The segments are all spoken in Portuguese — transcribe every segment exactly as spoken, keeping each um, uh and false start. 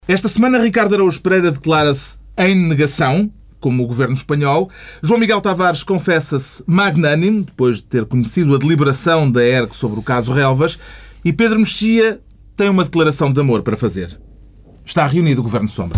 Esta semana, Ricardo Araújo Pereira declara-se em negação, como o governo espanhol. João Miguel Tavares confessa-se magnânimo, depois de ter conhecido a deliberação da E R C sobre o caso Relvas. E Pedro Mexia tem uma declaração de amor para fazer. Está reunido o Governo Sombra.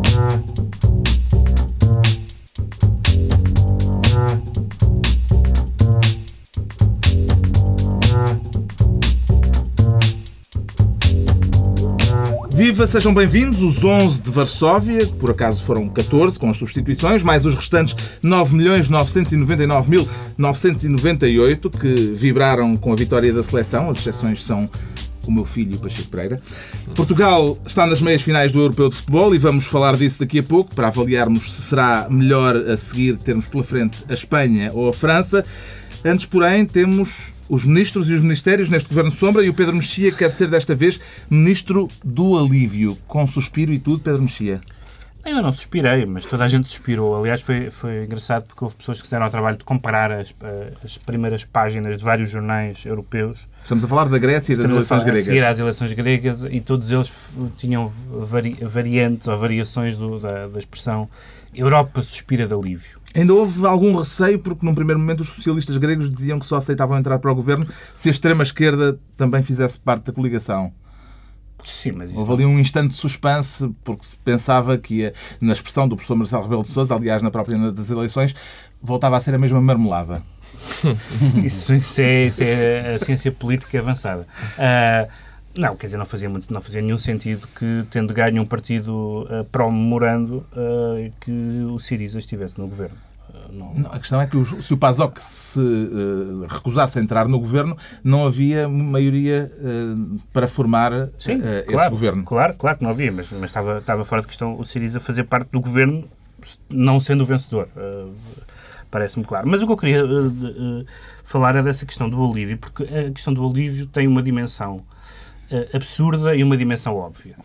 Viva, sejam bem-vindos os onze de Varsóvia, que por acaso foram catorze com as substituições, mais os restantes nove milhões novecentos e noventa e nove mil novecentos e noventa e oito que vibraram com a vitória da seleção. As exceções são o meu filho, Pacheco Pereira. Portugal está nas meias finais do Europeu de Futebol e vamos falar disso daqui a pouco para avaliarmos se será melhor a seguir termos pela frente a Espanha ou a França. Antes, porém, temos os ministros e os ministérios neste Governo Sombra e o Pedro Mexia quer ser desta vez ministro do alívio, com suspiro e tudo. Pedro Mexia. Eu não suspirei, mas toda a gente suspirou. Aliás, foi, foi engraçado porque houve pessoas que fizeram o trabalho de comparar as, as primeiras páginas de vários jornais europeus. Estamos a falar da Grécia e das Estamos eleições a gregas. A seguir às eleições gregas e todos eles tinham vari, variantes ou variações do, da, da expressão Europa suspira de alívio. Ainda houve algum receio, porque num primeiro momento os socialistas gregos diziam que só aceitavam entrar para o governo se a extrema-esquerda também fizesse parte da coligação. Sim, mas isso houve ali um instante de suspense, porque se pensava que, ia, na expressão do professor Marcelo Rebelo de Sousa, aliás, na própria noite das eleições, voltava a ser a mesma marmelada. isso, isso, é, isso é a ciência política avançada. Uh, Não, quer dizer, não fazia, muito, não fazia nenhum sentido que, tendo ganho um partido uh, pró-memorando, uh, que o Syriza estivesse no governo. Uh, não... Não, a questão é que o, se o PASOK se uh, recusasse a entrar no governo, não havia maioria uh, para formar Sim, uh, claro, esse governo. Claro, claro que não havia, mas, mas estava, estava fora de questão o Syriza fazer parte do governo, não sendo o vencedor. Uh, Parece-me claro. Mas o que eu queria uh, uh, falar é dessa questão do alívio, porque a questão do alívio tem uma dimensão absurda e uma dimensão óbvia.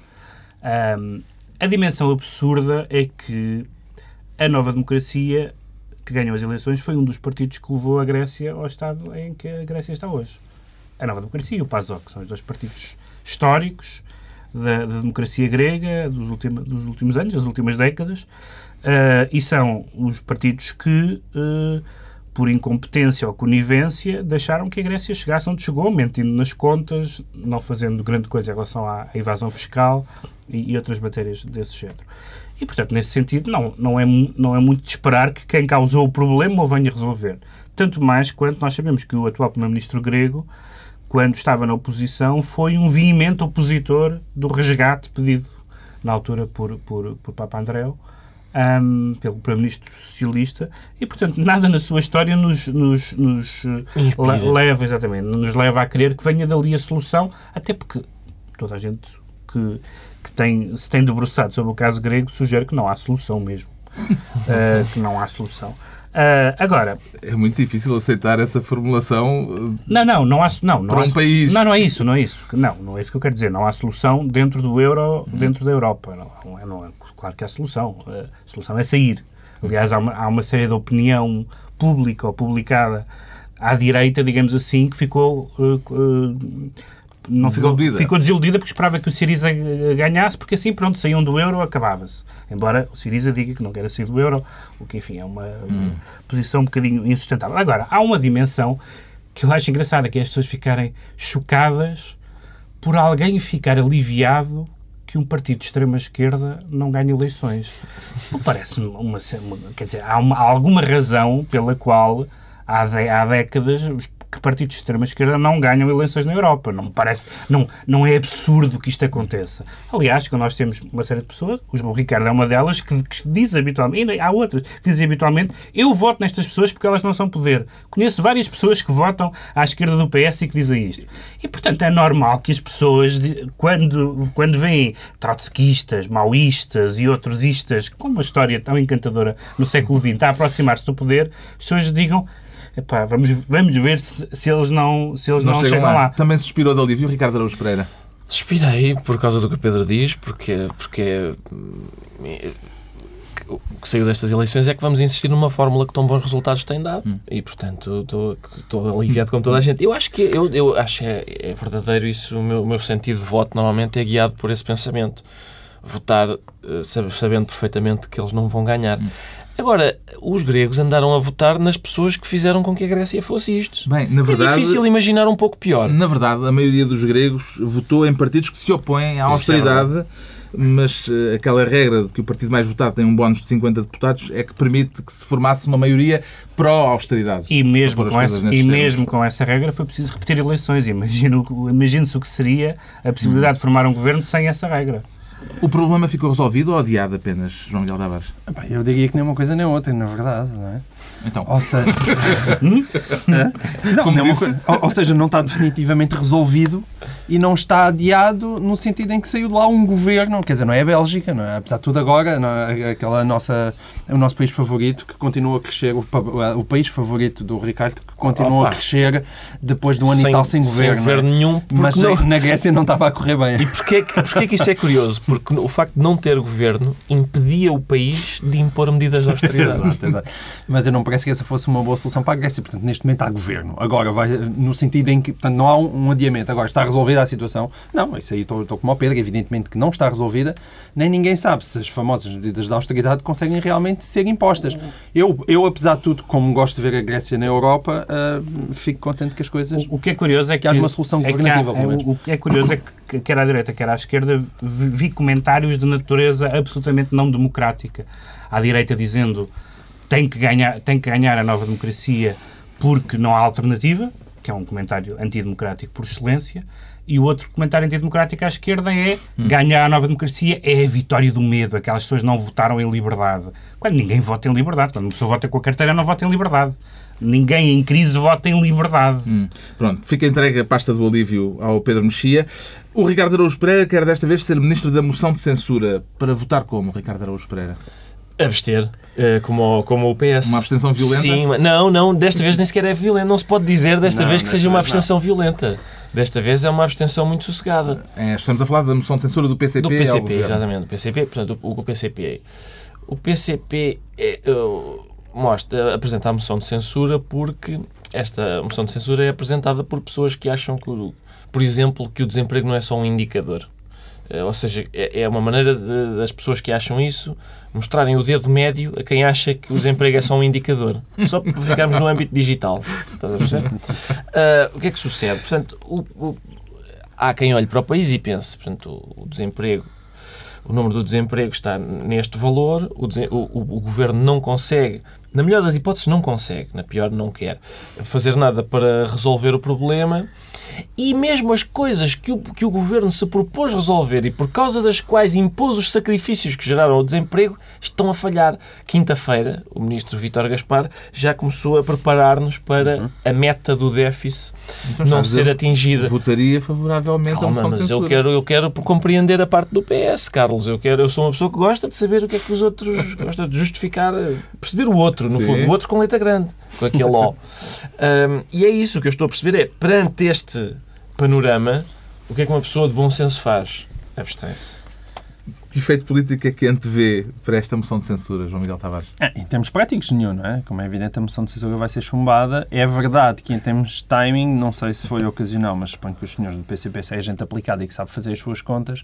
Um, a dimensão absurda é que a Nova Democracia, que ganhou as eleições, foi um dos partidos que levou a Grécia ao estado em que a Grécia está hoje. A Nova Democracia e o PASOK são os dois partidos históricos da, da democracia grega dos, ultima, dos últimos anos, das últimas décadas, uh, e são os partidos que uh, por incompetência ou conivência, deixaram que a Grécia chegasse onde chegou, mentindo nas contas, não fazendo grande coisa em relação à evasão fiscal e, e outras matérias desse género. E, portanto, nesse sentido, não, não, é, não é muito de esperar que quem causou o problema o venha resolver. Tanto mais quanto nós sabemos que o atual primeiro-ministro grego, quando estava na oposição, foi um veemente opositor do resgate pedido, na altura, por, por, por Papa Andréu, Um, pelo Primeiro-Ministro Socialista, e, portanto, nada na sua história nos, nos, nos le- leva, exatamente, nos leva a crer que venha dali a solução, até porque toda a gente que, que tem, se tem debruçado sobre o caso grego sugere que não há solução mesmo. uh, que não há solução. Uh, agora... É muito difícil aceitar essa formulação não, não, não há, não, não para há, um país. Não, não é isso, não é isso. Não, não é isso que eu quero dizer. Não há solução dentro do euro, hum. dentro da Europa. Não, não, é, não é. Claro que há solução. A solução é sair. Aliás, há uma, há uma série de opinião pública ou publicada à direita, digamos assim, que ficou... Uh, uh, não ficou, ficou desiludida porque esperava que o Syriza ganhasse, porque assim, pronto, saíam do euro, acabava-se. Embora o Syriza diga que não quer sair do euro, o que, enfim, é uma, hum. uma posição um bocadinho insustentável. Agora, há uma dimensão que eu acho engraçada, que é as pessoas ficarem chocadas por alguém ficar aliviado que um partido de extrema-esquerda não ganhe eleições. Parece-me uma, uma... Quer dizer, há, uma, há alguma razão pela qual há, de, há décadas que partidos de extrema-esquerda não ganham eleições na Europa. Não me parece... Não, não é absurdo que isto aconteça. Aliás, que nós temos uma série de pessoas, o Ricardo é uma delas, que, que diz habitualmente, e há outras que dizem habitualmente, eu voto nestas pessoas porque elas não são poder. Conheço várias pessoas que votam à esquerda do P S e que dizem isto. E, portanto, é normal que as pessoas, quando, quando veem trotskistas, maoístas e outros istas, com uma história tão encantadora no século vinte, a aproximar-se do poder, as pessoas digam... Epá, vamos, vamos ver se, se eles não, se eles não, não chegam, chegam lá. lá. Também suspirou de alívio, Ricardo Araújo Pereira? Suspirei por causa do que o Pedro diz, porque, porque o que saiu destas eleições é que vamos insistir numa fórmula que tão bons resultados tem dado. Hum. E, portanto, estou aliviado como toda a gente. Eu acho que eu, eu acho é, é verdadeiro isso. O meu, o meu sentido de voto normalmente é guiado por esse pensamento. votar sabendo perfeitamente que eles não vão ganhar. Hum. Agora, os gregos andaram a votar nas pessoas que fizeram com que a Grécia fosse isto. Bem, na verdade, é difícil imaginar um pouco pior. Na verdade, a maioria dos gregos votou em partidos que se opõem à austeridade, mas uh, aquela regra de que o partido mais votado tem um bónus de cinquenta deputados é que permite que se formasse uma maioria pró-austeridade. E mesmo, com essa, e mesmo com essa regra foi preciso repetir eleições. Imagino, imagino-se o que seria a possibilidade hum. de formar um governo sem essa regra. O problema ficou resolvido ou adiado apenas, João Miguel Tavares? Eu diria que nem uma coisa nem outra, na verdade, não é? Então. Ou seja, não, Como não disse? Uma, ou, ou seja, não está definitivamente resolvido e não está adiado no sentido em que saiu de lá um governo, quer dizer, não é a Bélgica, não é? Apesar de tudo agora, não é? Aquela nossa, o nosso país favorito que continua a crescer, o, o país favorito do Ricardo que continua Opa. a crescer depois de um ano sem, e tal sem governo. Sem governo nenhum. Mas não... na Grécia não estava a correr bem. E porquê, porquê que isso é curioso? Porque o facto de não ter governo impedia o país de impor medidas de austeridade. Exato, exato. Mas eu não parece que essa fosse uma boa solução para a Grécia. Portanto, neste momento há governo. Agora, vai, no sentido em que portanto, não há um, um adiamento. Agora, está resolvida a situação? Não, isso aí estou, estou como ao Pedro. Evidentemente que não está resolvida. Nem ninguém sabe se as famosas medidas de austeridade conseguem realmente ser impostas. Eu, eu apesar de tudo, como gosto de ver a Grécia na Europa, uh, fico contente que as coisas... O, o que é curioso é que, que haja uma solução governativa, é que há, é, o que é curioso é que, quer à direita, quer à esquerda, vi comentários de natureza absolutamente não democrática. À direita dizendo tem que ganhar, tem que ganhar a nova democracia porque não há alternativa, que é um comentário antidemocrático por excelência, e o outro comentário antidemocrático à esquerda é hum. ganhar a nova democracia é a vitória do medo, aquelas pessoas não votaram em liberdade. Quando ninguém vota em liberdade, quando uma pessoa vota com a carteira não vota em liberdade. Ninguém em crise vota em liberdade. Hum. Pronto, fica entregue a pasta do alívio ao Pedro Mexia. O Ricardo Araújo Pereira quer desta vez ser ministro da moção de censura. Para votar como, Ricardo Araújo Pereira? Abster, como, como o P S. Uma abstenção violenta? Sim, não, não, desta vez nem sequer é violenta. Não se pode dizer desta não, vez que seja uma abstenção não. violenta. Desta vez é uma abstenção muito sossegada. É, estamos a falar da moção de censura do P C P. Do P C P, exatamente. Do P C P, portanto, o, o P C P. O P C P é, uh, mostra, apresenta a moção de censura porque esta moção de censura é apresentada por pessoas que acham que, por exemplo, que o desemprego não é só um indicador. Ou seja, é uma maneira de, das pessoas que acham isso mostrarem o dedo médio a quem acha que o desemprego é só um indicador. Só para ficarmos no âmbito digital. Estás a perceber? Uh, o que é que sucede? Portanto, o, o, há quem olhe para o país e pense, portanto, o, o desemprego, o número do desemprego está neste valor, o, o, o governo não consegue, na melhor das hipóteses não consegue, na pior não quer, fazer nada para resolver o problema. E mesmo as coisas que o, que o governo se propôs resolver e por causa das quais impôs os sacrifícios que geraram o desemprego estão a falhar. Quinta-feira, o ministro Vítor Gaspar já começou a preparar-nos para uhum. a meta do déficit então, não ser dizer, atingida. Votaria favoravelmente Calma, a moção de mas censura. eu quero, eu quero compreender a parte do P S, Carlos. Eu, quero, eu sou uma pessoa que gosta de saber o que é que os outros... gosta de justificar, perceber o outro, no Sim. fundo. O outro com letra grande, com aquele O. um, e é isso que eu estou a perceber. É, perante este panorama, o que é que uma pessoa de bom senso faz? Abstém-se. Que efeito político é que antevê para esta moção de censura, João Miguel Tavares? É, em termos práticos, nenhum, não é? Como é evidente, a moção de censura vai ser chumbada. É verdade que, em termos de timing, não sei se foi ocasional, mas suponho que os senhores do P C P é gente aplicada e que sabe fazer as suas contas.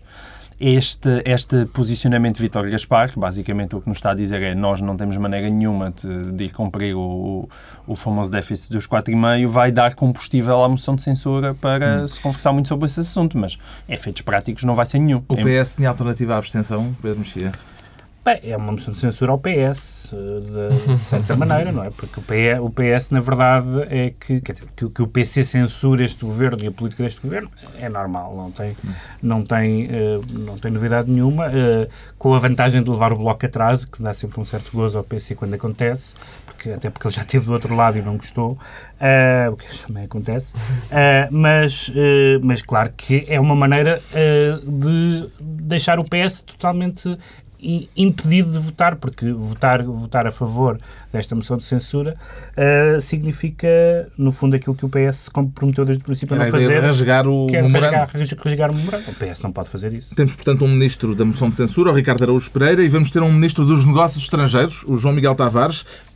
Este, este posicionamento de Vítor Gaspar, que basicamente o que nos está a dizer é nós não temos maneira nenhuma de, de ir cumprir o, o famoso déficit dos quatro vírgula cinco, vai dar combustível à moção de censura para hum. se conversar muito sobre esse assunto, mas efeitos práticos não vai ser nenhum. O P S tinha alternativa à abstenção, Pedro Mexia? Bem, é uma moção de censura ao P S, de, de certa maneira, não é? Porque o P S, o P S, na verdade, é que, quer dizer, que, que o P C censura este governo e a política deste governo é normal, não tem, não tem, uh, não tem novidade nenhuma, uh, com a vantagem de levar o bloco atrás, que dá sempre um certo gozo ao P C quando acontece, porque, até porque ele já esteve do outro lado e não gostou, uh, o que também acontece, uh, mas, uh, mas claro que é uma maneira uh, de deixar o P S totalmente impedido de votar, porque votar, votar a favor desta moção de censura uh, significa, no fundo, aquilo que o P S se comprometeu desde o princípio a não fazer, rasgar o que é memorando. rasgar, rasgar o memorando. O P S não pode fazer isso. Temos, portanto, um ministro da moção de censura, o Ricardo Araújo Pereira, e vamos ter um ministro dos negócios estrangeiros, o João Miguel Tavares.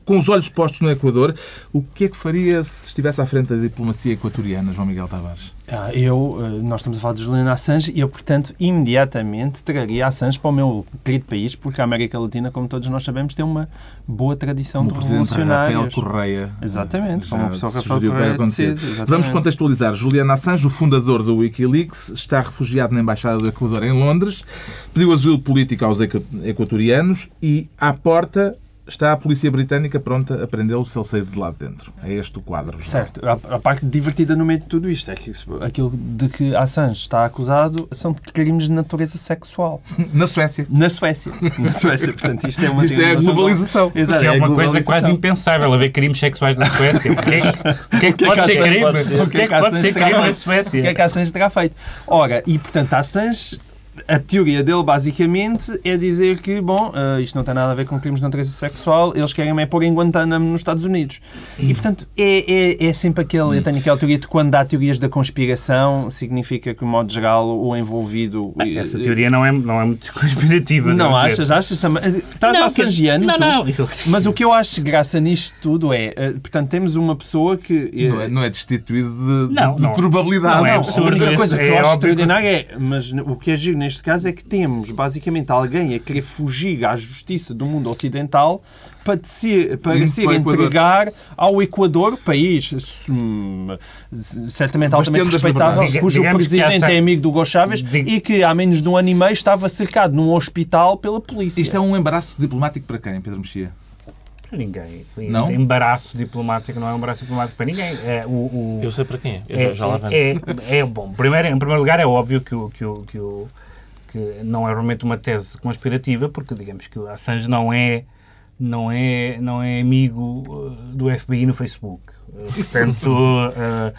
com os olhos postos no Equador, o que é que faria se estivesse à frente da diplomacia equatoriana, João Miguel Tavares? Ah, eu, nós estamos a falar de Julian Assange e eu, portanto, imediatamente traria Assange para o meu querido país, porque a América Latina, como todos nós sabemos, tem uma boa tradição de revolucionários. Rafael Correia. Exatamente, Já como o professor Rafael sugeriu que Correia vai acontecer. decide, Vamos contextualizar. Julian Assange, o fundador do Wikileaks, está refugiado na Embaixada do Equador em Londres, pediu asilo político aos equatorianos e, à porta, está a polícia britânica pronta a prendê-lo se ele sair de lá de dentro. É este o quadro. Certo. A, a parte divertida no meio de tudo isto é que aquilo de que Assange está acusado são de crimes de natureza sexual. Na Suécia. Na Suécia. Na Suécia. Portanto, isto é uma Isto é a globalização. Exato, que é uma coisa quase impensável, haver crimes sexuais na Suécia. O que é que, o que, é que pode ser crime? O que é que pode ser crime na Suécia? O que é que Assange terá feito? Ora, e portanto, Assange... A teoria dele, basicamente, é dizer que, bom, uh, isto não tem nada a ver com crimes de natureza sexual, eles querem é pôr em Guantánamo nos Estados Unidos. E, portanto, é, é, é sempre aquele... Eu tenho aquela teoria de quando há teorias da conspiração, significa que, de modo geral, o envolvido... Bem, essa teoria não é, não é muito conspirativa. Não achas? Dizer. Achas também? Estás assangiano? Não, não. Eu... Mas o que eu acho graça nisto tudo é... Uh, portanto, temos uma pessoa que... Uh, não, é, não é destituído de, não, de não, probabilidade. Não, é não. absurdo. A única coisa que eu é acho óbvio extraordinária é... Mas o que é giro neste caso é que temos, basicamente, alguém a querer fugir à justiça do mundo ocidental para se, para se entregar ao Equador, país hum, certamente altamente respeitável, Diga, cujo presidente essa... é amigo do Hugo Chávez Diga... e que há menos de um ano e meio estava cercado num hospital pela polícia. Isto é um embaraço diplomático para quem, Pedro Mexia? Para ninguém. Não? Embaraço diplomático não é um embaraço diplomático para ninguém. É, o, o... Eu sei para quem é. Eu é, já, já lá venho. É, é bom. Primeiro, em primeiro lugar, é óbvio que o, que o, que o que não é realmente uma tese conspirativa, porque digamos que o Assange não é, não é, não é amigo do F B I no Facebook. Portanto, uh, uh,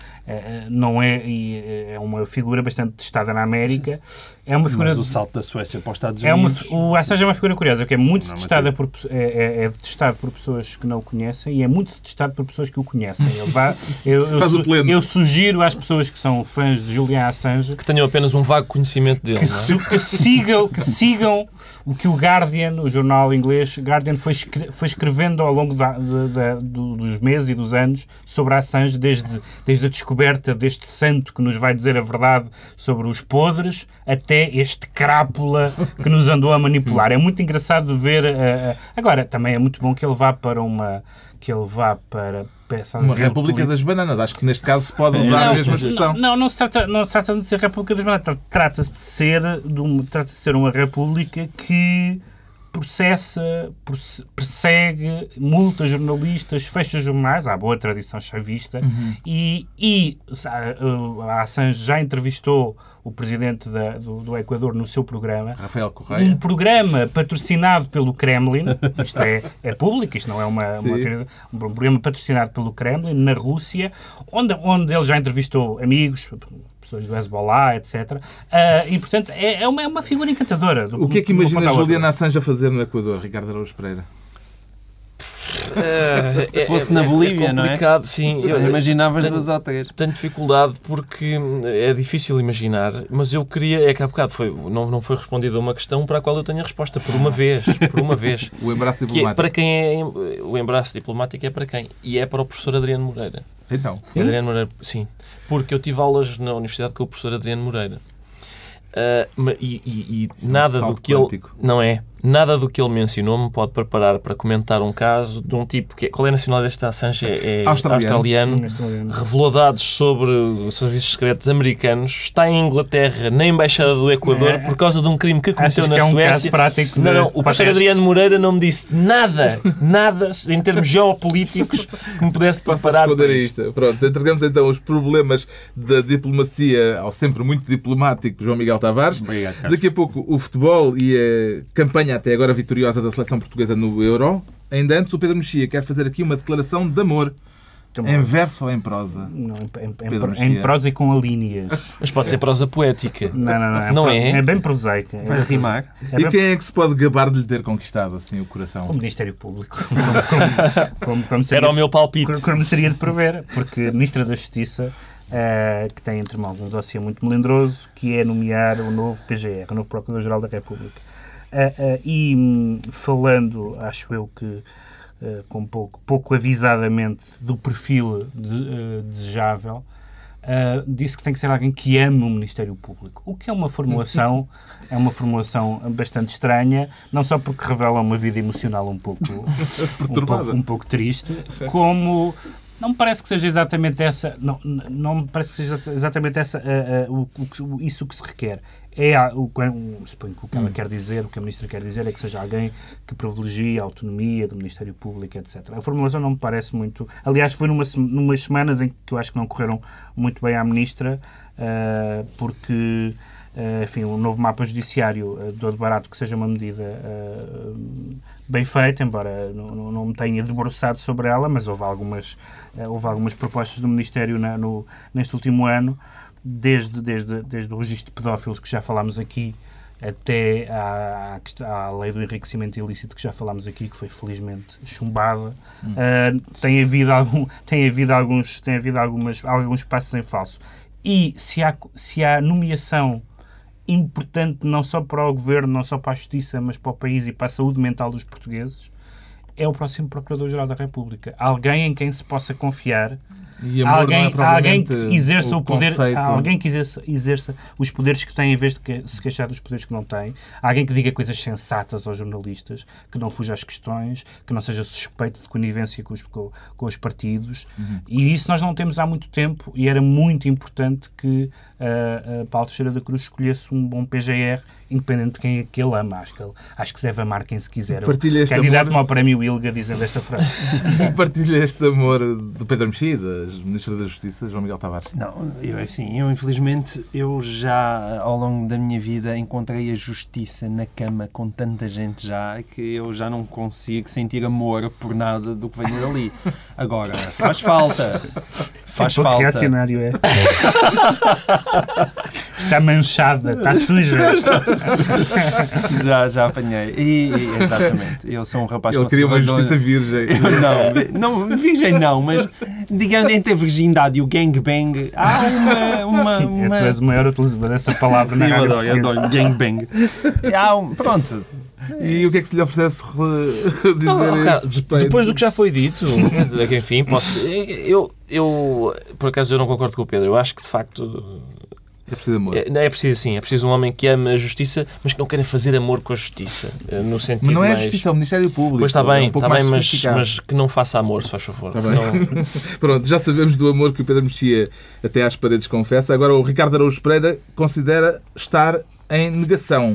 não é, é uma figura bastante testada na América. É uma figura, mas o salto da Suécia para os Estados é Unidos... Uma, o Assange é uma figura curiosa, que é muito não, testada por, é, é detestado por pessoas que não o conhecem e é muito detestado por pessoas que o conhecem. Ele vai, eu, eu, su, eu sugiro às pessoas que são fãs de Julian Assange que tenham apenas um vago conhecimento dele, que, não é? que, sigam, que sigam o que o Guardian, o jornal inglês, Guardian foi, escre foi escrevendo ao longo da, da, da, do, dos meses e dos anos sobre Assange, desde, desde a descoberta deste santo que nos vai dizer a verdade sobre os podres, até este crápula que nos andou a manipular. É muito engraçado ver... Uh, agora, também é muito bom que ele vá para uma... que ele vá para... Uma República das Bananas. Acho que neste caso se pode usar não, a mesma expressão. Não, não, não, se trata, não se trata de ser República das Bananas. Trata-se de ser, de um, trata-se de ser uma república que processa, persegue, multa jornalistas, fecha jornais, há boa tradição chavista, uhum. e, e a Assange já entrevistou o presidente da, do, do Equador no seu programa. Rafael Correia. Um programa patrocinado pelo Kremlin, isto é, é público, isto não é uma, uma, um programa patrocinado pelo Kremlin, na Rússia, onde, onde ele já entrevistou amigos, pessoas do Hezbollah, etcétera. Uh, e, portanto, é, é, uma, é uma figura encantadora. Do, o que é que imagina Julian Assange a fazer no Equador, Ricardo Araújo Pereira? Uh, Se fosse é, na Bolívia, é complicado, não é? Sim. Eu, Imaginavas duas ou três. Tenho dificuldade porque é difícil imaginar, mas eu queria, é que há bocado foi, não, não foi respondida uma questão para a qual eu tenho a resposta, por uma vez, por uma vez. O embaraço diplomático. Que é, para quem é, o embaraço diplomático é para quem? E é para o professor Adriano Moreira. Então? Adriano Moreira, sim. Porque eu tive aulas na universidade com o professor Adriano Moreira. Uh, e e, e nada é um do que ele... quântico. Não é. Nada do que ele mencionou me pode preparar para comentar um caso de um tipo que... Qual é a nacionalidade deste Assange? É, é australiano. australiano. australiano. Revelou dados sobre os serviços secretos americanos. Está em Inglaterra, na Embaixada do Equador, é. por causa de um crime que cometeu na que é um Suécia. Prático não, não. O professor Adriano Moreira não me disse nada, nada, em termos geopolíticos, que me pudesse preparar para isto. isto. Pronto, entregamos então os problemas da diplomacia ao sempre muito diplomático João Miguel Tavares. Obrigado, Daqui a pouco o futebol e a campanha até agora vitoriosa da seleção portuguesa no Euro. Ainda antes, o Pedro Mexia quer fazer aqui uma declaração de amor. Em verso ou em prosa? Não, em, em, em, em prosa e com alíneas. Mas pode ser prosa poética. Não, não, não. É, não pro, é? é bem prosaica. Vai é, rimar. É e bem... quem é que se pode gabar de lhe ter conquistado assim o coração? O Ministério Público. Como, como, como Era o meu palpite. Como seria de prever, porque a Ministra da Justiça, uh, que tem entre mãos um dossiê muito melindroso, que é nomear o novo P G R, o novo Procurador-Geral da República. Uh, uh, e um, falando, acho eu que uh, com pouco, pouco avisadamente do perfil de, uh, desejável, Uh, disse que tem que ser alguém que ame o Ministério Público, o que é uma formulação é uma formulação bastante estranha, não só porque revela uma vida emocional um pouco um pouco, um pouco triste, como não me parece que seja exatamente essa não, não me parece que seja exatamente essa uh, uh, o, o, isso que se requer. É o, o, suponho que o que ela quer dizer, o que a Ministra quer dizer é que seja alguém que privilegie a autonomia do Ministério Público, etcétera. A formulação não me parece muito... Aliás, foi numa, numas semanas em que eu acho que não correram muito bem à Ministra, uh, porque, uh, enfim, o novo mapa judiciário uh, do barato que seja uma medida uh, bem feita, embora não, não me tenha debruçado sobre ela, mas houve algumas, uh, houve algumas propostas do Ministério na, no, neste último ano, Desde, desde, desde o registro de pedófilos que já falámos aqui até à, à lei do enriquecimento ilícito que já falámos aqui, que foi felizmente chumbada. Hum. Uh, tem havido, algum, tem havido, alguns, tem havido algumas, alguns passos em falso. E se há, se há nomeação importante não só para o Governo, não só para a Justiça, mas para o país e para a saúde mental dos portugueses, é o próximo Procurador-Geral da República. Alguém em quem se possa confiar, alguém, é alguém que exerça o, o poder, conceito... alguém que exerça, exerça os poderes que tem em vez de que, se queixar dos poderes que não tem, alguém que diga coisas sensatas aos jornalistas, que não fuja às questões, que não seja suspeito de conivência com os, com, com os partidos. Uhum. E isso nós não temos há muito tempo e era muito importante que uh, uh, Paulo Teixeira da Cruz escolhesse um bom P G R, independente de quem é que ele ama. Acho que, ele, acho que se deve amar quem se quiser. Candidato-me ao prémio Ilga dizendo esta frase. Partilha este amor do Pedro Mexia, Ministro da Justiça, João Miguel Tavares? Não, eu, assim, eu infelizmente, eu já ao longo da minha vida encontrei a justiça na cama com tanta gente já, que eu já não consigo sentir amor por nada do que vem dali. Agora, faz falta. Faz é falta. Que reacionário é? Está manchada, está suja. já, já apanhei. E, exatamente. Eu sou um rapaz Ele queria uma justiça virgem. Não, não, virgem não, mas digamos entre a virgindade e o gangbang há uma... uma, uma... Tu és o maior utilizador dessa palavra. Sim, na eu adoro, eu adoro gangbang. Há um, pronto. E o que é que se lhe oferece dizer não, a este respeito? Depois do que já foi dito, enfim, posso, eu, eu, por acaso, eu não concordo com o Pedro. Eu acho que, de facto... É preciso amor. É, é preciso, sim. É preciso um homem que ama a justiça, mas que não queira fazer amor com a justiça. No sentido mas não é mais... a justiça, é o Ministério Público. Pois está bem, é um está bem mas, mas que não faça amor, se faz favor. Está bem. Não... Pronto, já sabemos do amor que o Pedro Mexia até às paredes confessa. Agora o Ricardo Araújo Pereira considera estar em negação.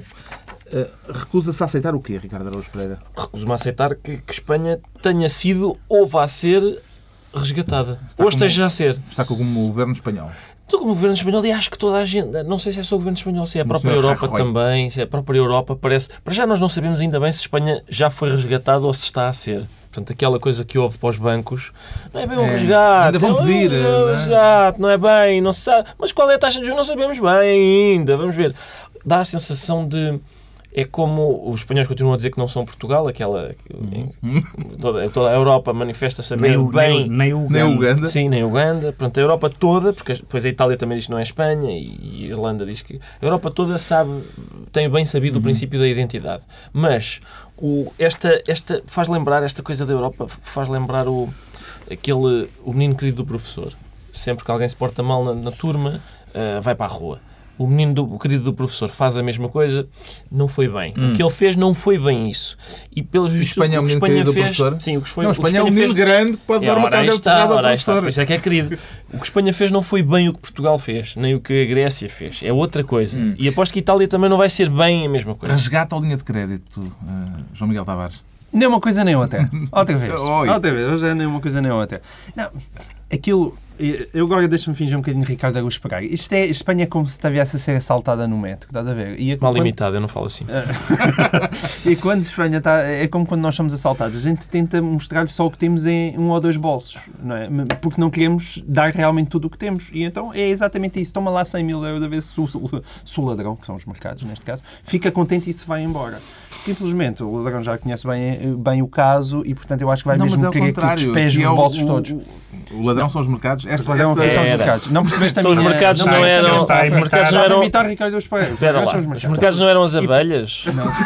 Uh, recusa-se a aceitar o quê, Ricardo Araújo Pereira? Recuso-me a aceitar que, que Espanha tenha sido ou vá ser resgatada. Está ou esteja como, a ser. Está como o governo espanhol. Estou como o governo espanhol e acho que toda a gente, não sei se é só o governo espanhol, se é a própria Europa também, se é a própria Europa, parece... Para já nós não sabemos ainda bem se Espanha já foi resgatada ou se está a ser. Portanto, aquela coisa que houve para os bancos, não é bem um é, resgate. Ainda vão pedir. Não é um resgate, não é bem, não se sabe. Mas qual é a taxa de juros? Não sabemos bem ainda, vamos ver. Dá a sensação de... É como os espanhóis continuam a dizer que não são Portugal, aquela... Uhum. Toda, toda a Europa manifesta saber nem, bem... Nem, nem, Uganda. nem Uganda. Sim, nem Uganda. Pronto, a Europa toda, porque depois a Itália também diz que não é Espanha e a Irlanda diz que... A Europa toda sabe, tem bem sabido uhum. o princípio da identidade. Mas o, esta, esta faz lembrar, esta coisa da Europa, faz lembrar o, aquele, o menino querido do professor. Sempre que alguém se porta mal na, na turma, uh, vai para a rua. O menino do, o querido do professor faz a mesma coisa, não foi bem. Hum. O que ele fez não foi bem isso. E pelo visto, Espanha é o menino Espanha querido fez, do professor? Sim, o que foi, não, o Espanha, Espanha é um menino fez, grande que pode é, dar uma carga de porrada ao professor. Por isso é que é querido. O que Espanha fez não foi bem o que Portugal fez, nem o que a Grécia fez. É outra coisa. Hum. E aposto que a Itália também não vai ser bem a mesma coisa. Resgata a linha de crédito, uh, João Miguel Tavares. Nem uma coisa nem outra. Outra vez. Outra vez. Hoje é nem uma coisa nem outra. Não, aquilo... Eu agora deixa-me fingir um bocadinho Ricardo Araújo Pereira. Isto é, Espanha é como se estivesse a ser assaltada no metro, estás a ver? E é mal quando... limitado, eu não falo assim. E quando Espanha está... É como quando nós somos assaltados. A gente tenta mostrar-lhe só o que temos em um ou dois bolsos, não é? Porque não queremos dar realmente tudo o que temos. E então é exatamente isso. Toma lá cem mil euros a ver se o, se o ladrão, que são os mercados neste caso, fica contente e se vai embora. Simplesmente, o Ladrão já conhece bem, bem o caso e, portanto, eu acho que vai Não, mesmo mas é o querer que contrário. despeje Que é os o- bolsos o- todos. O, o ladrão são os mercados. Esta, Os ladrão esta- são os Era. mercados. Não percebeste a Então os minha... mercados não, não está- eram... está a Os mercados não Estava a eram... imitar Ricardo dos Pereira. Espera lá, os mercados não eram as abelhas?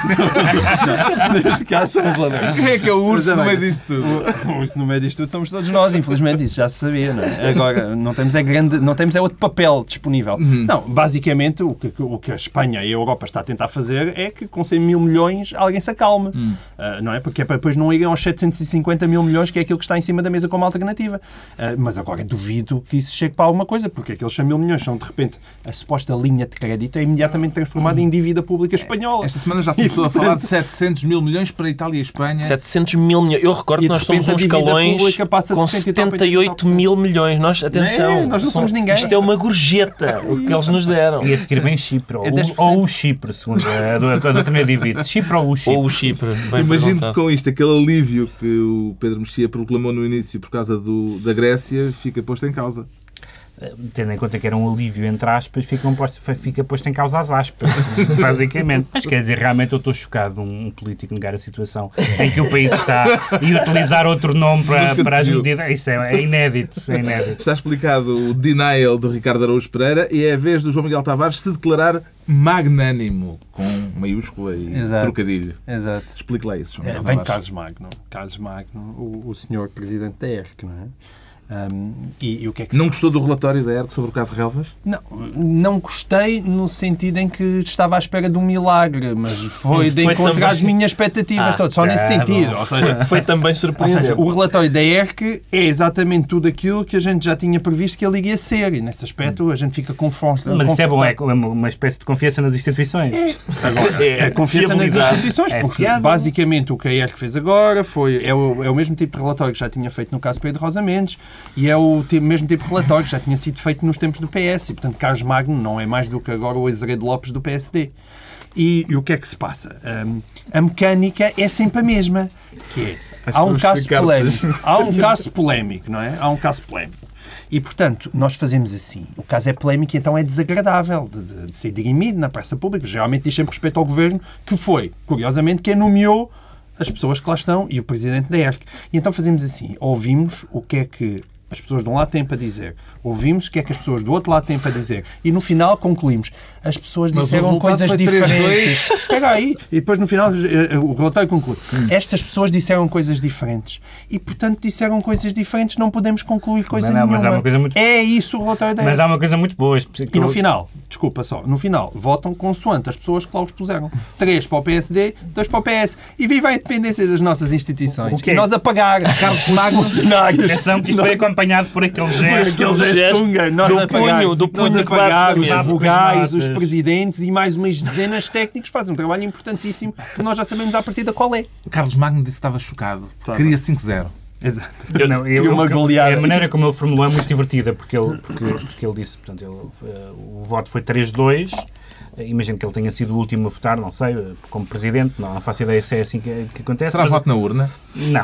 Não, neste caso são os ladrões. Quem é que é o urso Mas, no meio olha, disto tudo? O- Isso no meio disto tudo somos todos nós, infelizmente, isso já se sabia, não é? Agora, não temos é grande, não temos é outro papel disponível. Uhum. Não, basicamente, o que, o que a Espanha e a Europa está a tentar fazer é que com cem mil milhões alguém se acalme, Uhum. uh, não é? Porque é para depois não irem aos setecentos e cinquenta mil milhões, que é aquilo que está em cima da mesa como alternativa. Uh, mas agora duvido que isso chegue para alguma coisa, porque aqueles cem mil milhões são, de repente, a suposta linha de crédito é imediatamente transformada em dívida pública espanhola. Esta semana já se começou a falar de setecentos mil milhões para a Itália e a Espanha. setecentos mil milhões. Eu recordo E, que de nós somos repente, uns a dívida escalões pública passa de com sessenta e tal para setenta e oito mil milhões. Nós, atenção, É, nós não somos ninguém. Isto é uma gorjeta, o que eles nos deram. E a seguir vem Chipre, ou, É dez por cento. ou o Chipre, segundo a, a, a doutrina divide. Chipre ou o Chipre. Ou o Chipre. Bem Imagino perguntado. que com isto, aquele alívio que o Pedro Mexia proclamou no início por causa do, da Grécia, fica posto em causa. Tendo em conta que era um alívio, entre aspas, fica, um posto, fica posto em causa as aspas, basicamente. Mas quer dizer, realmente eu estou chocado um, um político negar a situação em que o país está e utilizar outro nome para, Nunca para as se viu. medidas. Isso é, é inédito, é inédito. Está explicado o denial do Ricardo Araújo Pereira e é a vez do João Miguel Tavares se declarar magnânimo, com maiúscula e Exato. trocadilho. Exato. Explique lá isso, João É, Miguel vem Tavares. Carlos Magno. Carlos Magno, o, o senhor presidente da E R C, não é? Um, e, e o que é que se Não gostou do relatório da E R C sobre o caso Relvas? Não, não gostei no sentido em que estava à espera de um milagre, mas foi de Foi encontro também- às minhas expectativas Ah, todas, só tá nesse sentido. bom. Ou seja, Foi também ou seja, surpreendente. o relatório da E R C é exatamente tudo aquilo que a gente já tinha previsto que ele iria ser, e nesse aspecto a gente fica confortável. Mas isso é bom, é uma uma espécie de confiança nas instituições. Agora, é a confiança nas Fiabilidade. instituições, É porque fiável. basicamente o que a E R C fez agora foi, é, o, é o mesmo tipo de relatório que já tinha feito no caso Pedro Rosa Mendes e é o tipo- mesmo tipo de relatório que já tinha sido feito nos tempos do P S e, portanto, Carlos Magno não é mais do que agora o Azeredo Lopes do P S D. E, e o que é que se passa? Hum, a mecânica é sempre a mesma, que é, há um vamos caso explicar-te. polémico, há um caso polémico, não é? Há um caso polémico. E, portanto, nós fazemos assim. O caso é polémico e então é desagradável de, de, de ser dirimido na praça pública. Geralmente diz sempre respeito ao governo, que foi, curiosamente, quem nomeou as pessoas que lá estão e o presidente da E R C. E então fazemos assim. Ouvimos o que é que as pessoas de um lado têm para dizer. Ouvimos o que é que as pessoas do outro lado têm para dizer. E no final concluímos. As pessoas Mas o disseram resultado coisas foi três a dois. diferentes. Espera aí. E depois no final eh, o relatório conclui. Estas pessoas disseram coisas diferentes. E portanto disseram coisas diferentes. Não podemos concluir coisa Não, não, mas nenhuma. há uma coisa muito- É isso o relatório da E R C. Mas há uma coisa muito boa. E no final, desculpa só, no final, votam consoante as pessoas que lá os puseram. Três para o P S D, dois para o P S. E viva a independência das nossas instituições. O quê? E nós a pagar. Carlos Magno, funcionários. Atenção que isto foi acompanhado por aquele Por gesto. aquele gesto gesto húngaro. Nós do a pagar, punho, do punho nós a que bate pagar na os mesa. vogais, os Notas. presidentes e mais umas dezenas de técnicos fazem um trabalho importantíssimo que nós já sabemos à partida qual é. Carlos Magno disse que estava chocado. Tá Queria cinco zero. Exato. Eu não, eu, Tinha uma eu- goleada. A maneira como ele formulou é muito divertida, porque ele, porque, porque ele disse, portanto, ele, eh, o voto foi três dois. Eh, Imagino que ele tenha sido o último a votar, não sei, eh, como presidente, não, não faço ideia se é assim que, que acontece. Será mas- voto na urna? Não,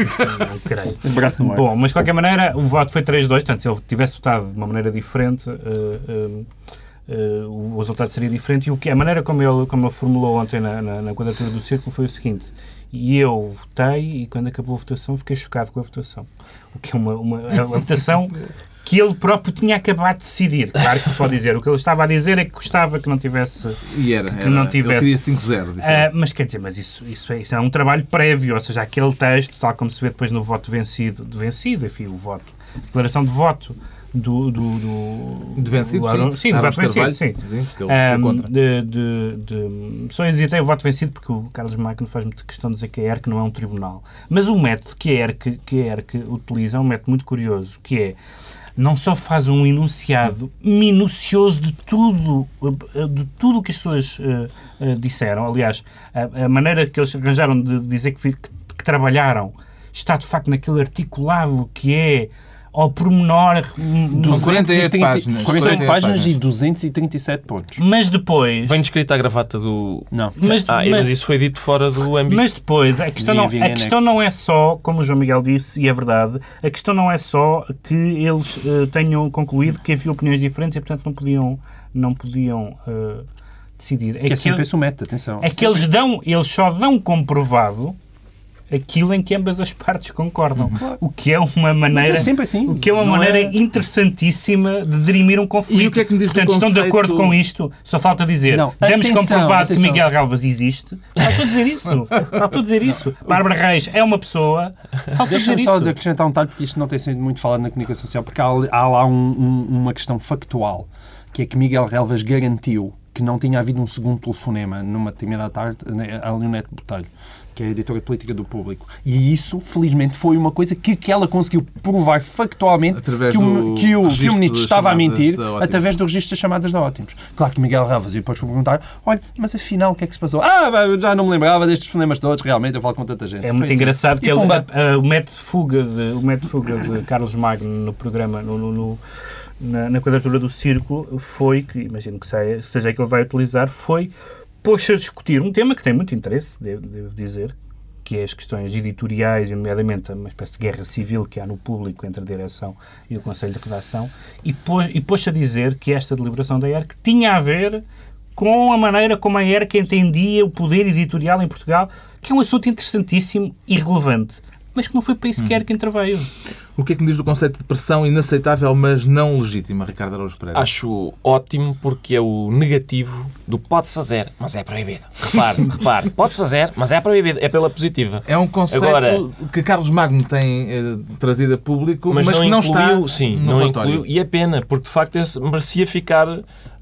não creio. Braço no ar. Bom, mas de qualquer maneira, o voto foi três dois, portanto, se ele tivesse votado de uma maneira diferente, eh, eh, eh, o resultado seria diferente. E o que, a maneira como ele, como ele formulou ontem na, na, na quadratura do círculo foi o seguinte: e eu votei, e quando acabou a votação, fiquei chocado com a votação. O que é uma, uma, a votação que ele próprio tinha acabado de decidir. Claro que se pode dizer. O que ele estava a dizer é que gostava que não tivesse. E era. Que era. não Ele tivesse. queria cinco zero. disse Ah, ele. mas quer dizer, mas isso, isso, é, isso é um trabalho prévio, ou seja, aquele texto, tal como se vê depois no voto vencido, de vencido, enfim, o voto, declaração de voto do... do, do De vencido, do sim. Arão- sim, do Arão voto vencido, Carvalho, sim. que ele Ah, votou contra. de, de, de, só hesitei o voto vencido porque o Carlos Magno faz muita questão de dizer que a E R C não é um tribunal. Mas o método que a E R C, que a E R C utiliza é um método muito curioso, que é, não só faz um enunciado minucioso de tudo, de tudo o que as pessoas uh, uh, disseram. Aliás, a, a maneira que eles arranjaram de dizer que, que, que trabalharam está, de facto, naquele articulado que é ao pormenor. São quarenta e oito páginas. quarenta e oito páginas páginas. e duzentos e trinta e sete pontos. Mas depois... Vem descrita a gravata do... Não. Mas, Ah, mas, mas isso foi dito fora do âmbito. mas depois, a questão, Vinha- não, vinha a em questão anexo. não é só, como o João Miguel disse, e é verdade, a questão não é só que eles uh, tenham concluído que havia opiniões diferentes e, portanto, não podiam, não podiam uh, decidir. Que é, é sempre esse o método, atenção. É que eles, dão, eles só dão comprovado aquilo em que ambas as partes concordam. Uhum. O que é uma maneira... Mas é sempre assim. O que é uma não maneira é... interessantíssima de dirimir um conflito. E o que é que me diz Portanto, do estão conceito... de acordo com isto? Só falta dizer, não, demos atenção, comprovado atenção. que Miguel Galvas existe. Falta dizer isso. Falta dizer isso. Bárbara Reis é uma pessoa. Falta dizer Deixa-me isso. só de acrescentar um detalhe, porque isto não tem sido muito falado na comunicação social, porque há, há lá um, um, uma questão factual, que é que Miguel Galvas garantiu que não tinha havido um segundo telefonema numa determinada tarde a Leonete Botelho, que é a editora de política do Público. E isso, felizmente, foi uma coisa que, que ela conseguiu provar factualmente que o, que, o, que o ministro estava a mentir através do registro das chamadas da Ótimos. Claro que Miguel Galvas, e depois foi perguntar, olha, mas afinal o que é que se passou? Ah, já não me lembrava destes telefonemas todos, realmente, eu falo com tanta gente. É muito foi engraçado assim. que ele, a, a, o método de fuga de, o método de fuga de Carlos Magno no programa, no, no, no Na, na quadratura do Círculo, foi, que imagino que seja, seja que ele vai utilizar, foi pôs a discutir um tema que tem muito interesse, devo, devo dizer, que é as questões editoriais, nomeadamente uma espécie de guerra civil que há no público entre a direção e o Conselho de Redação, e pôs, e pôs a dizer que esta deliberação da E R C tinha a ver com a maneira como a E R C entendia o poder editorial em Portugal, que é um assunto interessantíssimo e relevante, mas que não foi para isso que a E R C interveio. O que é que me diz do conceito de pressão inaceitável, mas não legítima, Ricardo Araújo Pereira? Acho ótimo porque é o negativo do pode-se fazer, mas é proibido. Repare, repare, pode-se fazer, mas é proibido. É pela positiva. É um conceito Agora, que Carlos Magno tem eh, trazido a público, mas, mas que não não incluiu, está sim, no não relatório. incluiu, e é pena, porque de facto esse merecia ficar...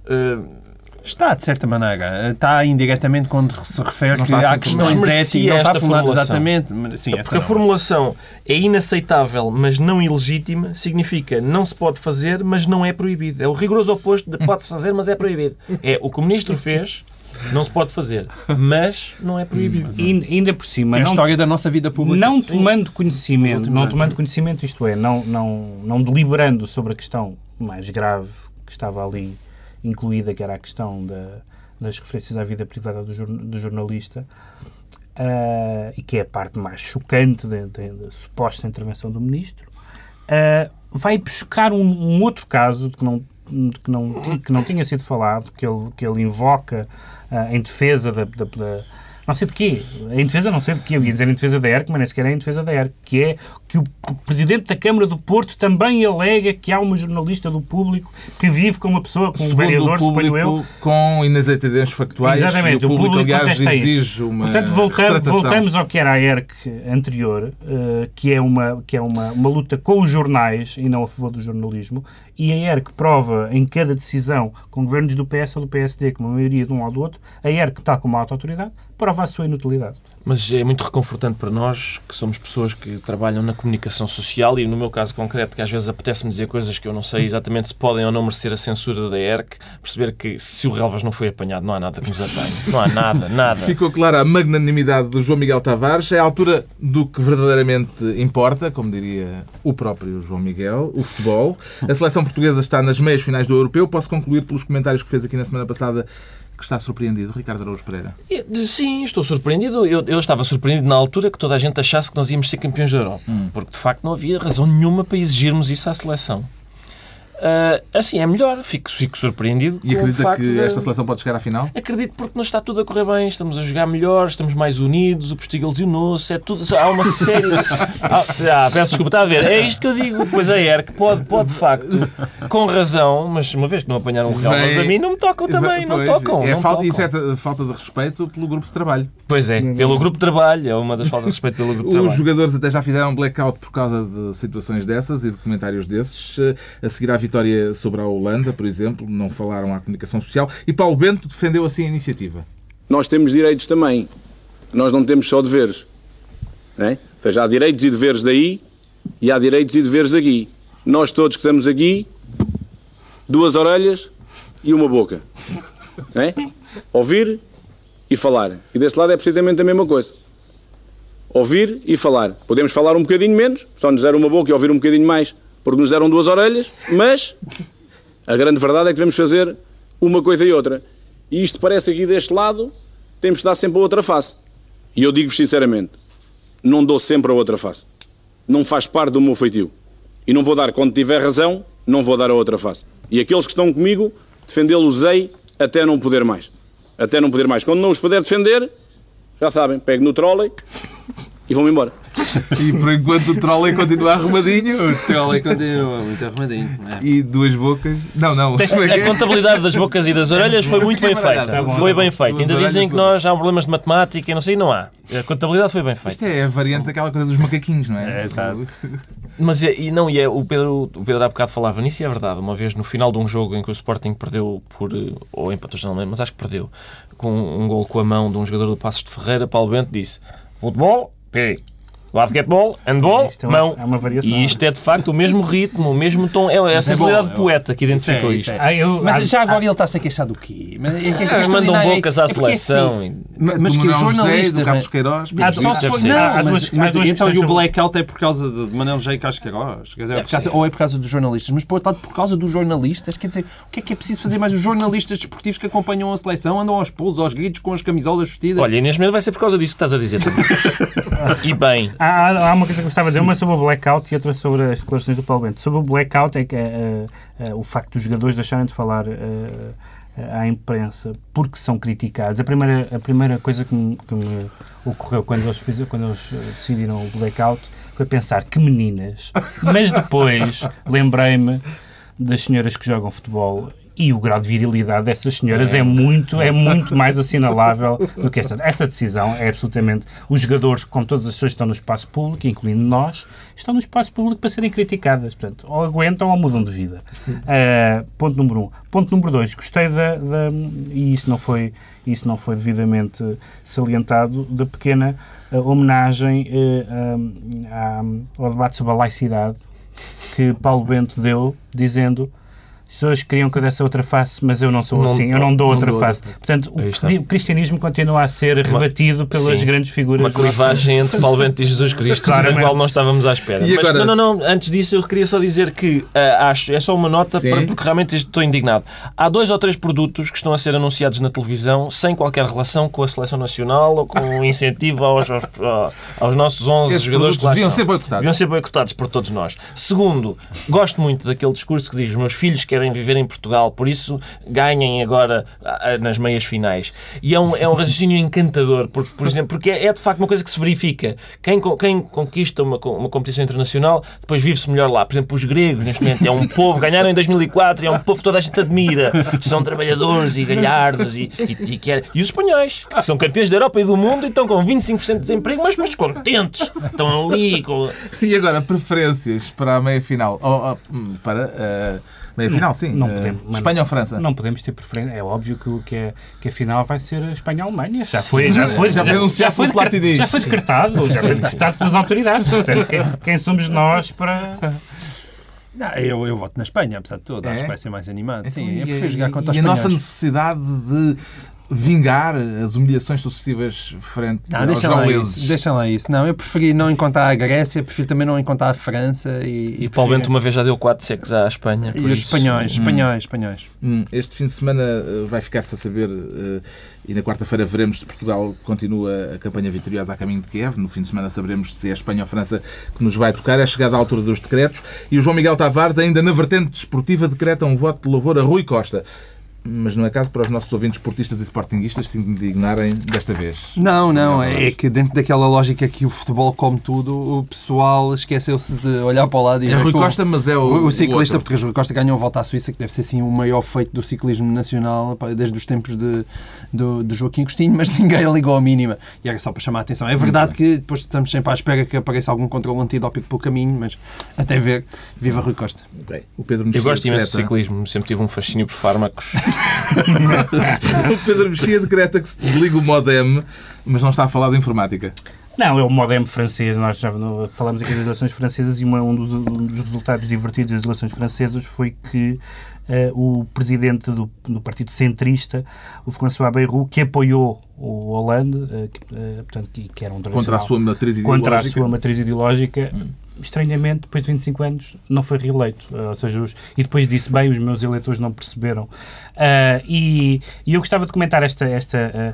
Uh, Está, de certa maneira. Está indiretamente quando se refere Não que está há assim questões formulado. éticas. Não está Esta formulado formulação. exatamente. Sim, porque a formulação é inaceitável, mas não ilegítima, significa não se pode fazer, mas não é proibido. É o rigoroso oposto de pode-se fazer, mas é proibido. É o que o ministro fez, não se pode fazer, mas não é proibido. E ainda por cima... É a não, história da nossa vida pública. Não tomando conhecimento, não tomando conhecimento, isto é, não, não, não deliberando sobre a questão mais grave que estava ali incluída, que era a questão da, das referências à vida privada do, do jornalista, uh, e que é a parte mais chocante da, da, da suposta intervenção do ministro, uh, vai buscar um, um outro caso de que não, de que não, que não tinha sido falado, que ele, que ele invoca uh, em defesa da, da, da não sei de quê. Em defesa não sei de quê. Eu ia dizer em defesa da E R C, mas nem sequer é em defesa da E R C. Que é que o Presidente da Câmara do Porto também alega que há uma jornalista do Público que vive com uma pessoa, com um vereador, suponho eu. Com inexatidões factuais. Exatamente. E o público, o público aliás, exige isso. Uma Portanto, voltamos, retratação. voltamos ao que era a E R C anterior, uh, que é, uma, que é uma, uma luta com os jornais e não a favor do jornalismo. E a E R C prova em cada decisão, com governos do P S ou do P S D, com uma maioria de um ou do outro, a E R C está como autoridade, prova a sua inutilidade. Mas é muito reconfortante para nós, que somos pessoas que trabalham na comunicação social e, no meu caso concreto, que às vezes apetece-me dizer coisas que eu não sei exatamente se podem ou não merecer a censura da E R C, perceber que se o Relvas não foi apanhado, não há nada que nos apanhe. Não há nada, nada. Ficou clara a magnanimidade do João Miguel Tavares. É a altura do que verdadeiramente importa, como diria o próprio João Miguel, o futebol. A seleção portuguesa está nas meias finais do Europeu. Posso concluir pelos comentários que fez aqui na semana passada que está surpreendido, Ricardo Araújo Pereira? Sim, estou surpreendido. Eu, eu estava surpreendido na altura que toda a gente achasse que nós íamos ser campeões da Europa. Hum. Porque, de facto, não havia razão nenhuma para exigirmos isso à seleção. Uh, assim, é melhor. Fico, fico surpreendido. E acredita que de... esta seleção pode chegar à final? Acredito porque não está tudo a correr bem. Estamos a jogar melhor, estamos mais unidos, o Postiga lesionou-se, é tudo... Há uma série... ah, ah, peço desculpa, está a ver? É isto que eu digo. Pois a E R C pode, pode, de facto, com razão, mas uma vez que não apanharam um real, mas a mim não me tocam também, não pois, tocam. É não falta, tocam. Isso é falta de respeito pelo grupo de trabalho. Pois é, pelo grupo de trabalho. É uma das faltas de respeito pelo grupo de trabalho. Os jogadores até já fizeram blackout por causa de situações dessas e de comentários desses. A seguir à vitória sobre a Holanda, por exemplo, não falaram à comunicação social. E Paulo Bento defendeu assim a iniciativa. Nós temos direitos também. Nós não temos só deveres. Não é? Ou seja, há direitos e deveres daí e há direitos e deveres daqui. Nós todos que estamos aqui, duas orelhas e uma boca. Não é? Ouvir e falar. E desse lado é precisamente a mesma coisa. Ouvir e falar. Podemos falar um bocadinho menos, só nos deram uma boca e ouvir um bocadinho mais, porque nos deram duas orelhas, mas a grande verdade é que devemos fazer uma coisa e outra. E isto parece aqui deste lado, temos de dar sempre a outra face. E eu digo-vos sinceramente, não dou sempre a outra face. Não faz parte do meu feitio. E não vou dar, quando tiver razão, não vou dar a outra face. E aqueles que estão comigo, defendê-los-ei até não poder mais. até não poder mais. Quando não os puder defender, já sabem, pego no trolley e vão-me embora. E por enquanto o trolley continua arrumadinho. O trolley continua muito arrumadinho. É. E duas bocas. Não, não. A contabilidade das bocas e das orelhas foi muito bem feita. Tá bom, Foi tá bom. bem feita. Ainda Duas dizem que orelhas, nós há problemas de matemática e não sei, não há. A contabilidade foi bem feita. Isto é a variante daquela coisa dos macaquinhos, não é? É, exato. Mas é, e não, e é, o Pedro, o Pedro há bocado falava nisso e é verdade. Uma vez no final de um jogo em que o Sporting perdeu por, ou empatou, não lembro, mas acho que perdeu, com um gol com a mão de um jogador do Passos de Ferreira, Paulo Bento disse: futebol, P. Basquetebol, handball, Isto é uma- mão. é uma variação. E isto é de facto o mesmo ritmo, o mesmo tom. É a sensibilidade de poeta que identificou Isso é, isto. isso é. Ah, eu- Mas ah, já agora ele está-se a queixar do quê? Mas, é, que- é, que Ah, esta mandam linha é- bocas à é porque é seleção. assim, e- mas do que os Manuel José e jornalistas... do Carlos mas- Queiroz. Há Só duas- se foi, ser. não, Há mas, duas- há mas duas então questões e o sobre- blackout é por causa de Manuel José e Carlos Queiroz? Quer dizer, é por causa, ou é por causa dos jornalistas? Mas por outro lado, por causa dos jornalistas, quer dizer, o que é que é preciso fazer mais? Os jornalistas desportivos que acompanham a seleção andam aos pulos, aos gritos, com as camisolas vestidas. Olha, Inês Mendes vai ser por causa disso que estás a dizer também. E bem. Há, há- há uma coisa que eu gostava de dizer, uma sobre o blackout e outra sobre as declarações do Paulo Bento. Sobre o blackout é que eh, eh, o facto dos jogadores deixarem de falar eh, à imprensa porque são criticados. A primeira, a primeira coisa que me, que me ocorreu quando eles, fizeram, quando eles eh, decidiram o blackout foi pensar que meninas. Mas depois lembrei-me das senhoras que jogam futebol. E o grau de virilidade dessas senhoras é muito, é muito mais assinalável do que esta. Essa decisão é absolutamente... Os jogadores, como todas as pessoas, estão no espaço público, incluindo nós, estão no espaço público para serem criticadas. Portanto, ou aguentam ou mudam de vida. Uh, ponto número um. Ponto número dois. Gostei da... da e isso não foi, isso não foi devidamente salientado, da pequena uh, homenagem uh, um, à, ao debate sobre a laicidade que Paulo Bento deu, dizendo... As pessoas queriam que eu desse outra face, mas eu não sou Não- assim, eu não dou não outra dou face. outra. Portanto, o, Aí está. o cristianismo continua a ser rebatido pelas sim, grandes figuras. Uma do nosso- clivagem entre Paulo Bento e Jesus Cristo, da Claramente. qual não estávamos à espera. E Mas, agora- não, não, não. Antes disso, eu queria só dizer que ah, acho, é só uma nota, Sim. para, porque realmente estou indignado. Há dois ou três produtos que estão a ser anunciados na televisão sem qualquer relação com a seleção nacional ou com incentivo aos, aos, aos nossos onze Esses jogadores produtos que lá deviam estão. ser boicotados. Deviam ser boicotados por todos nós. Segundo, gosto muito daquele discurso que diz: os meus filhos querem viver em Portugal, por isso ganhem agora ah, nas meias finais. E é um, é um raciocínio encantador, porque, por exemplo, porque é, é de facto uma coisa que se verifica. Quem, co- quem conquista uma, co- uma competição internacional, depois vive-se melhor lá. Por exemplo, os gregos, neste momento, é um povo, ganharam em dois mil e quatro, é um povo que toda a gente admira. São trabalhadores e galhardos e, e, e, quer... e os espanhóis, que são campeões da Europa e do mundo e estão com vinte e cinco por cento de desemprego, mas, mas contentes. Estão ali com... E agora, preferências para a meia-final? Oh, oh, hum, para a meia-final, sim. não Eh, podemos, mas Espanha ou França? Não podemos ter preferência. É óbvio que, o- que, a, que a final vai ser a Espanha-Alemanha. Já foi, já foi, Já foi anunciado foi pelo decre- Platini. Já foi decretado, já foi decretado pelas autoridades. Portanto, quem, quem somos nós para... Não, eu, eu voto na Espanha, apesar de tudo. Acho É? que vai ser mais animado. Então, Sim, e, eu prefiro jogar contra e os a nossa espanhóis. necessidade de vingar as humilhações sucessivas frente Não, aos deixa lá gauleses. isso. Deixa lá isso. Não, eu preferi não encontrar a Grécia, prefiro também não encontrar a França e... E Paulo prefiro- Bento uma vez já deu quatro secos à Espanha. E por os isso- espanhóis, espanhóis, espanhóis. Hum, Este fim de semana eh, vai ficar-se a saber, eh, e na quarta-feira veremos se Portugal continua a campanha vitoriosa a caminho de Kiev. No fim de semana saberemos se é a Espanha ou a França que nos vai tocar. É chegada a altura dos decretos e o João Miguel Tavares, ainda na vertente desportiva, decreta um voto de louvor a Rui Costa. Mas não é caso para os nossos ouvintes esportistas e sportinguistas se indignarem desta vez. Não, não, é que dentro daquela lógica que o futebol come tudo, o pessoal esqueceu-se de olhar para o lado e É ver Rui que o- Costa, mas é o, O, o ciclista, o outro. porque Rui Costa ganhou a volta à Suíça, que deve ser assim o maior feito do ciclismo nacional pá, desde os tempos de, do, de Joaquim Agostinho, mas ninguém ligou a mínima. E era só para chamar a atenção. É verdade que depois estamos sempre à espera que apareça algum controle antidópico pelo caminho, mas até ver, viva Rui Costa. Ok. O Pedro Eu Mexia gosto imenso de decreta- ciclismo, sempre tive um fascínio por fármacos. O Pedro Mexia decreta que se desliga o modem, mas não está a falar de informática. Não, é o modem francês. Nós já no- falamos aqui das eleições francesas e uma- um, dos, um dos resultados divertidos das eleições francesas foi que eh, o presidente do, do partido centrista, o François Bayrou, que apoiou o Hollande, eh, que, eh, portanto, que, que era um Contra a sua matriz contra a ideológica. sua matriz ideológica, estranhamente, depois de vinte e cinco anos, não foi reeleito. Uh, ou seja, os, e depois disse, bem, os meus eleitores não perceberam. Uh, e, e eu gostava de comentar esta, esta, uh,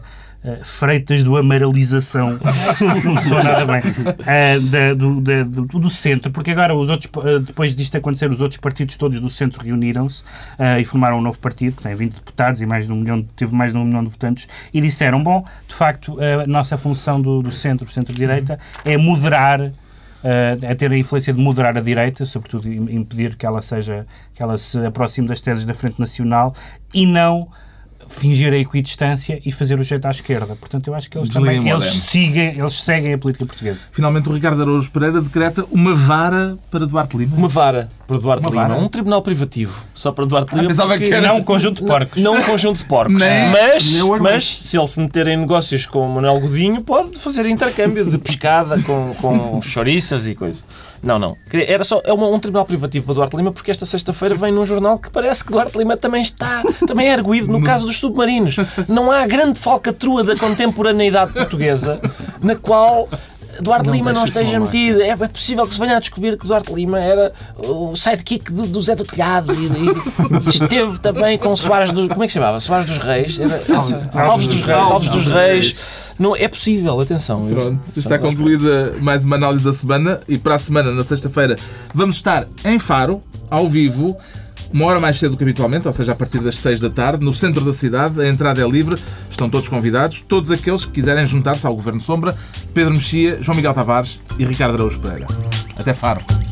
uh, Freitas do Amaralização, não soa nada bem, uh, da, do, da, do, do centro, porque agora, os outros, uh, depois disto acontecer, os outros partidos todos do centro reuniram-se uh, e formaram um novo partido, que tem vinte deputados e mais de um milhão, teve mais de um milhão de votantes, e disseram, bom, de facto, a nossa função do, do centro, centro-direita, é moderar, Uh, a ter a influência de moderar a direita, sobretudo impedir que ela seja, que ela se aproxime das teses da Frente Nacional e não fingir a equidistância e fazer o jeito à esquerda. Portanto, eu acho que eles Desliguem também eles moderno. seguem, eles seguem a política portuguesa. Finalmente, o Ricardo Araújo Pereira decreta uma vara para Duarte Lima. Uma vara para Duarte Uma Lima. vara? Um tribunal privativo. Só para Duarte Lima. pensava porque- que era- Não um conjunto de porcos. Não um conjunto de porcos. Nem- mas, nem o argumento. mas, se ele se meter em negócios com o Manuel Godinho, pode fazer intercâmbio de pescada com, com chouriças e coisas. Não, não. Era só é uma, um tribunal privativo para Duarte Lima, porque esta sexta-feira vem num jornal que parece que Duarte Lima também está, também é arguído no caso dos submarinos. Não há grande falcatrua da contemporaneidade portuguesa na qual Duarte Não Lima não deixa-se esteja falar. metido. É, é possível que se venha a descobrir que Duarte Lima era o sidekick do, do Zé do Telhado e, e esteve também com Soares dos... Como é que se chamava? Soares dos Reis? Era, Alves dos Reis. Alves dos Reis. Não, é possível, atenção. Pronto, está concluída mais uma análise da semana e para a semana, na sexta-feira, vamos estar em Faro, ao vivo, uma hora mais cedo do que habitualmente, ou seja, a partir das seis da tarde, no centro da cidade. A entrada é livre, estão todos convidados, todos aqueles que quiserem juntar-se ao Governo Sombra, Pedro Mexia, João Miguel Tavares e Ricardo Araújo Pereira. Até Faro.